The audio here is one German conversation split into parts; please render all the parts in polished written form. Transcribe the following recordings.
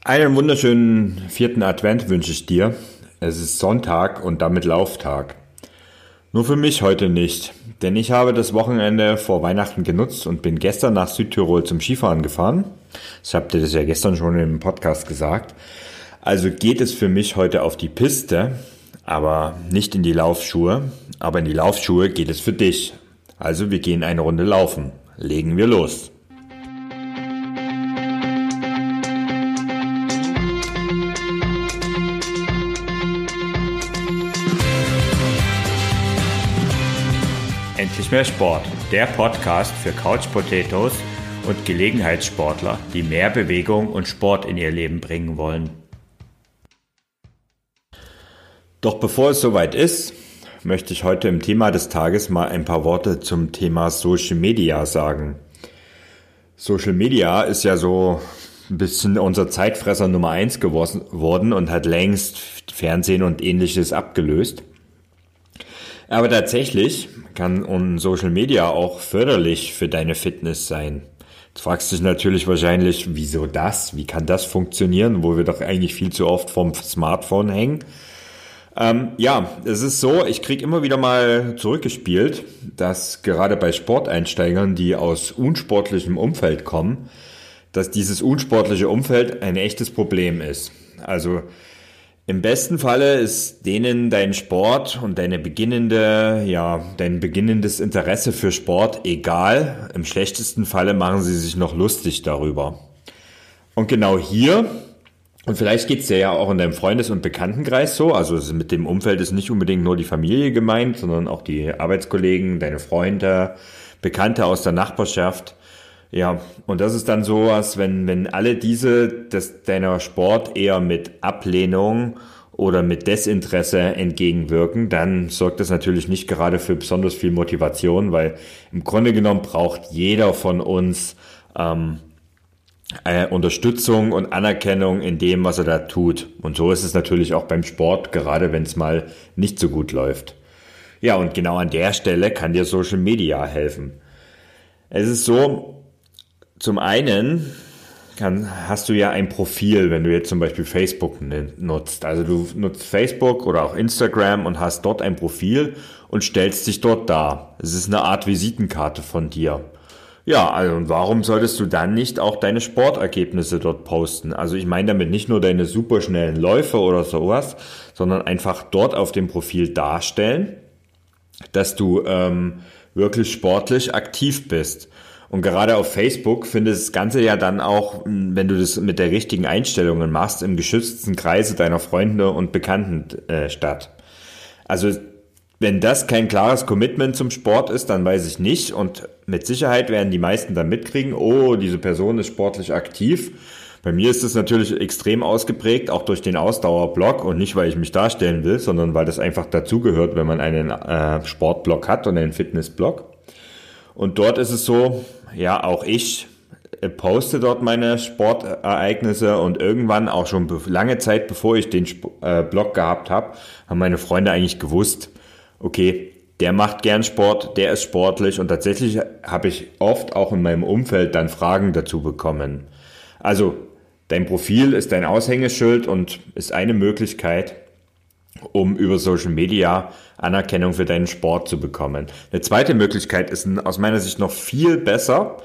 Einen wunderschönen vierten Advent wünsche ich dir. Es ist Sonntag und damit Lauftag. Nur für mich heute nicht, denn ich habe das Wochenende vor Weihnachten genutzt und bin gestern nach Südtirol zum Skifahren gefahren. Ich habe dir das ja gestern schon im Podcast gesagt. Also geht es für mich heute auf die Piste, aber nicht in die Laufschuhe. Aber in die Laufschuhe geht es für dich. Also wir gehen eine Runde laufen. Legen wir los. Endlich mehr Sport, der Podcast für Couch Potatoes und Gelegenheitssportler, die mehr Bewegung und Sport in ihr Leben bringen wollen. Doch bevor es soweit ist, möchte ich heute im Thema des Tages mal ein paar Worte zum Thema Social Media sagen. Social Media ist ja so ein bisschen unser Zeitfresser Nummer 1 geworden und hat längst Fernsehen und Ähnliches abgelöst. Aber tatsächlich kann Social Media auch förderlich für deine Fitness sein. Jetzt fragst du dich natürlich wahrscheinlich, wieso das? Wie kann das funktionieren, wo wir doch eigentlich viel zu oft vom Smartphone hängen? Es ist so, ich kriege immer wieder mal zurückgespielt, dass gerade bei Sporteinsteigern, die aus unsportlichem Umfeld kommen, dass dieses unsportliche Umfeld ein echtes Problem ist. Also im besten Falle ist denen dein Sport und dein beginnendes Interesse für Sport egal. Im schlechtesten Falle machen sie sich noch lustig darüber. Und genau hier, und vielleicht geht's dir ja auch in deinem Freundes- und Bekanntenkreis so, also mit dem Umfeld ist nicht unbedingt nur die Familie gemeint, sondern auch die Arbeitskollegen, deine Freunde, Bekannte aus der Nachbarschaft. Ja, und das ist dann sowas, wenn alle deiner Sport eher mit Ablehnung oder mit Desinteresse entgegenwirken, dann sorgt das natürlich nicht gerade für besonders viel Motivation, weil im Grunde genommen braucht jeder von uns Unterstützung und Anerkennung in dem, was er da tut. Und so ist es natürlich auch beim Sport, gerade wenn es mal nicht so gut läuft. Ja, und genau an der Stelle kann dir Social Media helfen. Es ist so, zum einen hast du ja ein Profil, wenn du jetzt zum Beispiel Facebook nutzt. Also du nutzt Facebook oder auch Instagram und hast dort ein Profil und stellst dich dort dar. Es ist eine Art Visitenkarte von dir. Ja, also und warum solltest du dann nicht auch deine Sportergebnisse dort posten? Also ich meine damit nicht nur deine superschnellen Läufe oder sowas, sondern einfach dort auf dem Profil darstellen, dass du wirklich sportlich aktiv bist. Und gerade auf Facebook findet das Ganze ja dann auch, wenn du das mit der richtigen Einstellungen machst, im geschützten Kreise deiner Freunde und Bekannten statt. Also wenn das kein klares Commitment zum Sport ist, dann weiß ich nicht. Und mit Sicherheit werden die meisten dann mitkriegen, oh, diese Person ist sportlich aktiv. Bei mir ist es natürlich extrem ausgeprägt, auch durch den Ausdauerblog und nicht, weil ich mich darstellen will, sondern weil das einfach dazugehört, wenn man einen Sportblog hat und einen Fitnessblog. Und dort ist es so, ja, auch ich poste dort meine Sportereignisse und irgendwann auch schon lange Zeit, bevor ich den Blog gehabt habe, haben meine Freunde eigentlich gewusst, okay, der macht gern Sport, der ist sportlich und tatsächlich habe ich oft auch in meinem Umfeld dann Fragen dazu bekommen. Also dein Profil ist dein Aushängeschild und ist eine Möglichkeit, um über Social Media Anerkennung für deinen Sport zu bekommen. Eine zweite Möglichkeit ist aus meiner Sicht noch viel besser.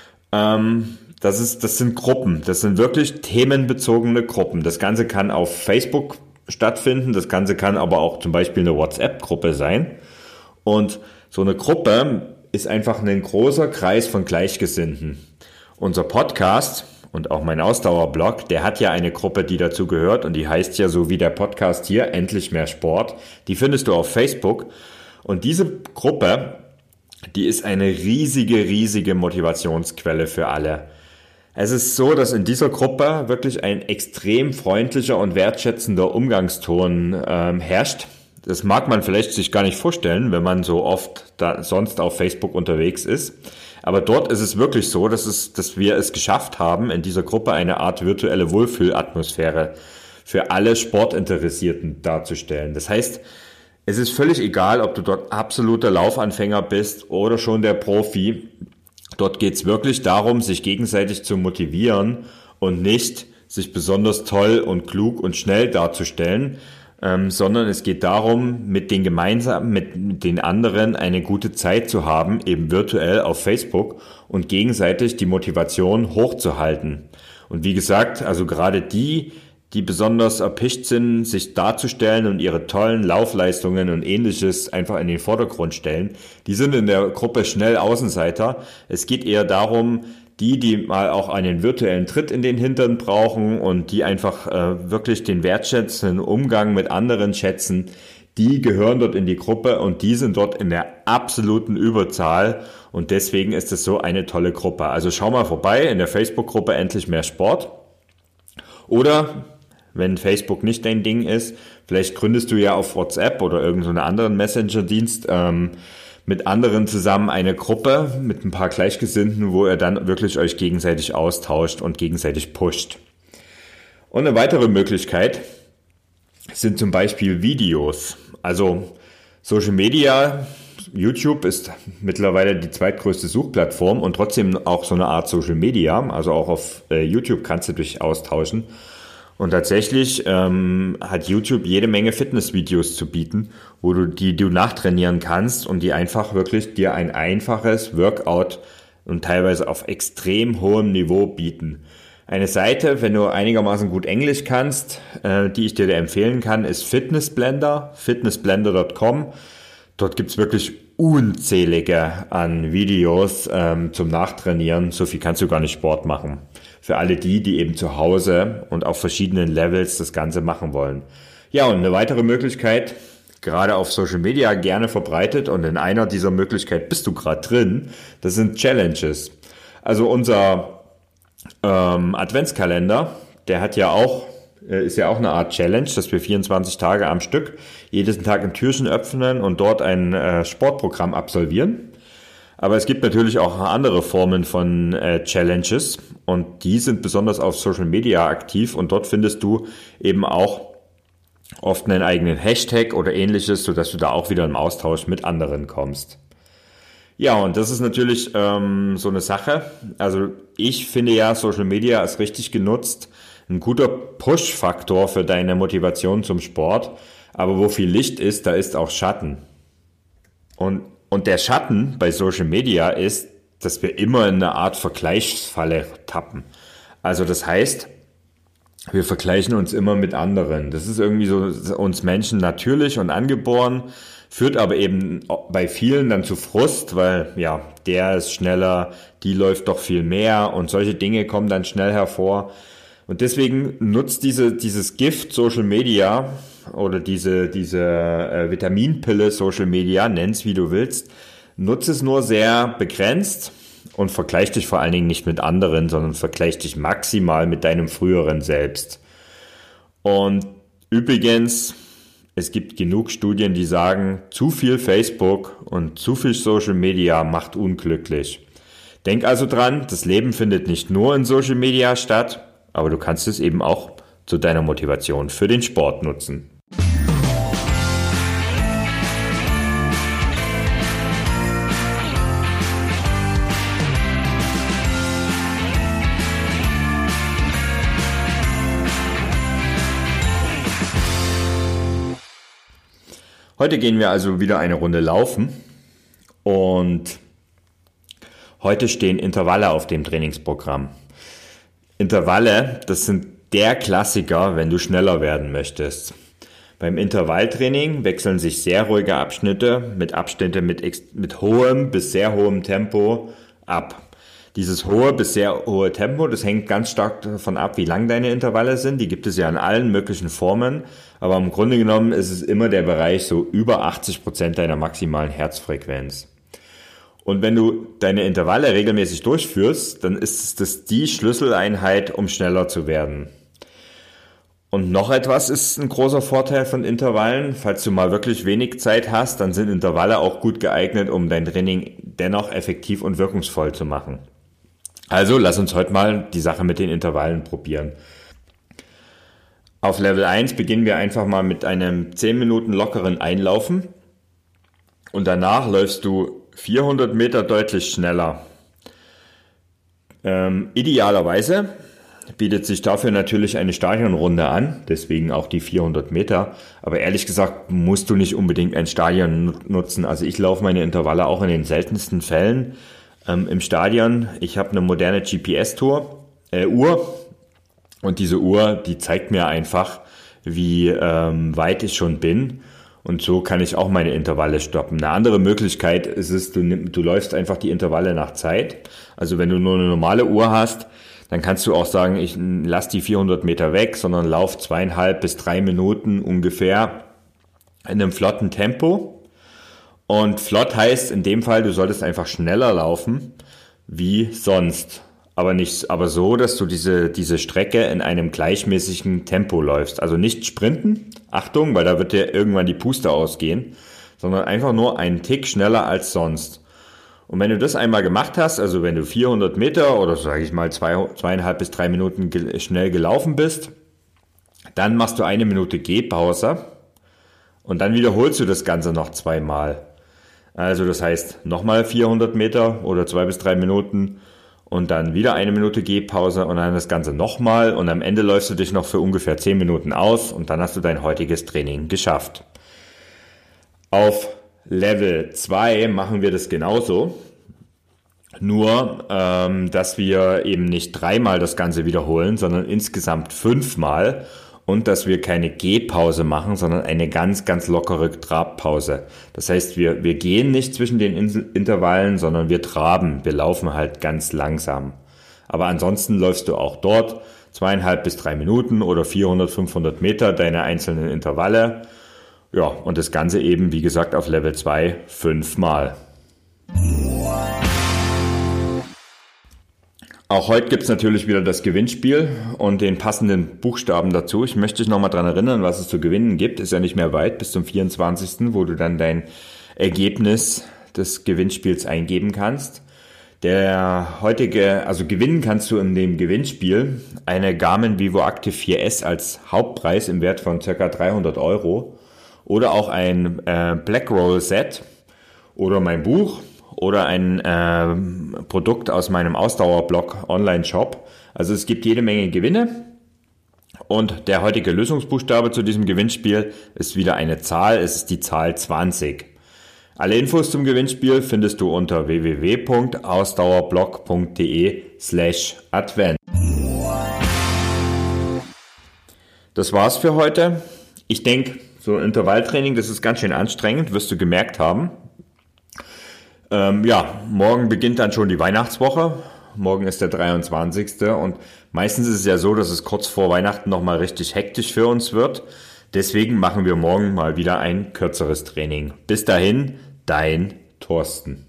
Das sind Gruppen. Das sind wirklich themenbezogene Gruppen. Das Ganze kann auf Facebook stattfinden. Das Ganze kann aber auch zum Beispiel eine WhatsApp-Gruppe sein. Und so eine Gruppe ist einfach ein großer Kreis von Gleichgesinnten. Unser Podcast und auch mein Ausdauerblog, der hat ja eine Gruppe, die dazu gehört und die heißt ja so wie der Podcast hier, Endlich mehr Sport. Die findest du auf Facebook und diese Gruppe, die ist eine riesige Motivationsquelle für alle. Es ist so, dass in dieser Gruppe wirklich ein extrem freundlicher und wertschätzender Umgangston herrscht. Das mag man vielleicht sich gar nicht vorstellen, wenn man so oft sonst auf Facebook unterwegs ist. Aber dort ist es wirklich so, dass wir es geschafft haben, in dieser Gruppe eine Art virtuelle Wohlfühlatmosphäre für alle Sportinteressierten darzustellen. Das heißt, es ist völlig egal, ob du dort absoluter Laufanfänger bist oder schon der Profi. Dort geht es wirklich darum, sich gegenseitig zu motivieren und nicht sich besonders toll und klug und schnell darzustellen, sondern es geht darum, mit den anderen eine gute Zeit zu haben, eben virtuell auf Facebook und gegenseitig die Motivation hochzuhalten. Und wie gesagt, also gerade die besonders erpicht sind, sich darzustellen und ihre tollen Laufleistungen und Ähnliches einfach in den Vordergrund stellen, die sind in der Gruppe schnell Außenseiter. Es geht eher darum, die mal auch einen virtuellen Tritt in den Hintern brauchen und die einfach wirklich den wertschätzenden Umgang mit anderen schätzen, die gehören dort in die Gruppe und die sind dort in der absoluten Überzahl und deswegen ist es so eine tolle Gruppe. Also schau mal vorbei in der Facebook-Gruppe Endlich mehr Sport oder wenn Facebook nicht dein Ding ist, vielleicht gründest du ja auf WhatsApp oder irgendeinen anderen Messenger-Dienst mit anderen zusammen eine Gruppe mit ein paar Gleichgesinnten, wo ihr dann wirklich euch gegenseitig austauscht und gegenseitig pusht. Und eine weitere Möglichkeit sind zum Beispiel Videos. Also Social Media, YouTube ist mittlerweile die zweitgrößte Suchplattform und trotzdem auch so eine Art Social Media. Also auch auf YouTube kannst du dich austauschen. Und tatsächlich hat YouTube jede Menge Fitnessvideos zu bieten, die du nachtrainieren kannst und die einfach wirklich dir ein einfaches Workout und teilweise auf extrem hohem Niveau bieten. Eine Seite, wenn du einigermaßen gut Englisch kannst, die ich dir empfehlen kann, ist Fitnessblender, fitnessblender.com. Dort gibt's wirklich unzählige an Videos zum Nachtrainieren. So viel kannst du gar nicht Sport machen. Für alle die eben zu Hause und auf verschiedenen Levels das Ganze machen wollen. Ja, und eine weitere Möglichkeit, gerade auf Social Media gerne verbreitet und in einer dieser Möglichkeiten bist du gerade drin, das sind Challenges. Also unser Adventskalender, der ist ja auch eine Art Challenge, dass wir 24 Tage am Stück jeden Tag ein Türchen öffnen und dort ein Sportprogramm absolvieren. Aber es gibt natürlich auch andere Formen von Challenges und die sind besonders auf Social Media aktiv und dort findest du eben auch oft einen eigenen Hashtag oder ähnliches, sodass du da auch wieder im Austausch mit anderen kommst. Ja, und das ist natürlich so eine Sache. Also ich finde ja, Social Media ist richtig genutzt, ein guter Push-Faktor für deine Motivation zum Sport. Aber wo viel Licht ist, da ist auch Schatten. Und der Schatten bei Social Media ist, dass wir immer in eine Art Vergleichsfalle tappen. Also das heißt, wir vergleichen uns immer mit anderen. Das ist irgendwie so uns Menschen natürlich und angeboren, führt aber eben bei vielen dann zu Frust, weil ja, der ist schneller, die läuft doch viel mehr und solche Dinge kommen dann schnell hervor. Und deswegen nutzt dieses Gift Social Media oder diese Vitaminpille Social Media, nenn's wie du willst, nutze es nur sehr begrenzt und vergleich dich vor allen Dingen nicht mit anderen, sondern vergleich dich maximal mit deinem früheren Selbst. Und übrigens, es gibt genug Studien, die sagen, zu viel Facebook und zu viel Social Media macht unglücklich. Denk also dran, das Leben findet nicht nur in Social Media statt, aber du kannst es eben auch zu deiner Motivation für den Sport nutzen. Heute gehen wir also wieder eine Runde laufen und heute stehen Intervalle auf dem Trainingsprogramm. Intervalle, das sind der Klassiker, wenn du schneller werden möchtest. Beim Intervalltraining wechseln sich sehr ruhige Abschnitte mit Abständen mit hohem bis sehr hohem Tempo ab. Dieses hohe bis sehr hohe Tempo, das hängt ganz stark davon ab, wie lang deine Intervalle sind. Die gibt es ja in allen möglichen Formen, aber im Grunde genommen ist es immer der Bereich so über 80% deiner maximalen Herzfrequenz. Und wenn du deine Intervalle regelmäßig durchführst, dann ist das die Schlüsseleinheit, um schneller zu werden. Und noch etwas ist ein großer Vorteil von Intervallen. Falls du mal wirklich wenig Zeit hast, dann sind Intervalle auch gut geeignet, um dein Training dennoch effektiv und wirkungsvoll zu machen. Also lass uns heute mal die Sache mit den Intervallen probieren. Auf Level 1 beginnen wir einfach mal mit einem 10 Minuten lockeren Einlaufen und danach läufst du 400 Meter deutlich schneller. Idealerweise bietet sich dafür natürlich eine Stadionrunde an, deswegen auch die 400 Meter. Aber ehrlich gesagt musst du nicht unbedingt ein Stadion nutzen. Also ich laufe meine Intervalle auch in den seltensten Fällen im Stadion. Ich habe eine moderne GPS-Uhr und diese Uhr, die zeigt mir einfach, wie weit ich schon bin. Und so kann ich auch meine Intervalle stoppen. Eine andere Möglichkeit ist es, du läufst einfach die Intervalle nach Zeit. Also wenn du nur eine normale Uhr hast, dann kannst du auch sagen, ich lasse die 400 Meter weg, sondern lauf 2,5 bis 3 Minuten ungefähr in einem flotten Tempo. Und flott heißt in dem Fall, du solltest einfach schneller laufen wie sonst. Aber so, dass du diese Strecke in einem gleichmäßigen Tempo läufst. Also nicht sprinten, Achtung, weil da wird dir irgendwann die Puste ausgehen, sondern einfach nur einen Tick schneller als sonst. Und wenn du das einmal gemacht hast, also wenn du 400 Meter oder sage ich mal 2,5 bis 3 Minuten schnell gelaufen bist, dann machst du 1 Minute Gehpause und dann wiederholst du das Ganze noch 2-mal. Also das heißt nochmal 400 Meter oder 2 bis 3 Minuten und dann wieder 1 Minute Gehpause und dann das Ganze nochmal und am Ende läufst du dich noch für ungefähr 10 Minuten aus und dann hast du dein heutiges Training geschafft. Auf Level 2 machen wir das genauso, nur dass wir eben nicht 3-mal das Ganze wiederholen, sondern insgesamt 5-mal und dass wir keine Gehpause machen, sondern eine ganz, ganz lockere Trabpause. Das heißt, wir gehen nicht zwischen den Intervallen, sondern wir traben, wir laufen halt ganz langsam. Aber ansonsten läufst du auch dort 2,5 bis 3 Minuten oder 400, 500 Meter deine einzelnen Intervalle. Ja, und das Ganze eben, wie gesagt, auf Level 2 5-mal. Auch heute gibt's natürlich wieder das Gewinnspiel und den passenden Buchstaben dazu. Ich möchte dich nochmal dran erinnern, was es zu gewinnen gibt. Ist ja nicht mehr weit, bis zum 24., wo du dann dein Ergebnis des Gewinnspiels eingeben kannst. Gewinnen kannst du in dem Gewinnspiel eine Garmin Vivo Active 4S als Hauptpreis im Wert von ca. 300 € oder auch ein Blackroll Set oder mein Buch oder ein Produkt aus meinem Ausdauerblog Online-Shop. Also es gibt jede Menge Gewinne und der heutige Lösungsbuchstabe zu diesem Gewinnspiel ist wieder eine Zahl, es ist die Zahl 20. Alle Infos zum Gewinnspiel findest du unter www.ausdauerblog.de/Advent. Das war's für heute. Ich denke, so ein Intervalltraining, das ist ganz schön anstrengend, wirst du gemerkt haben. Morgen beginnt dann schon die Weihnachtswoche. Morgen ist der 23. Und meistens ist es ja so, dass es kurz vor Weihnachten nochmal richtig hektisch für uns wird. Deswegen machen wir morgen mal wieder ein kürzeres Training. Bis dahin, dein Thorsten.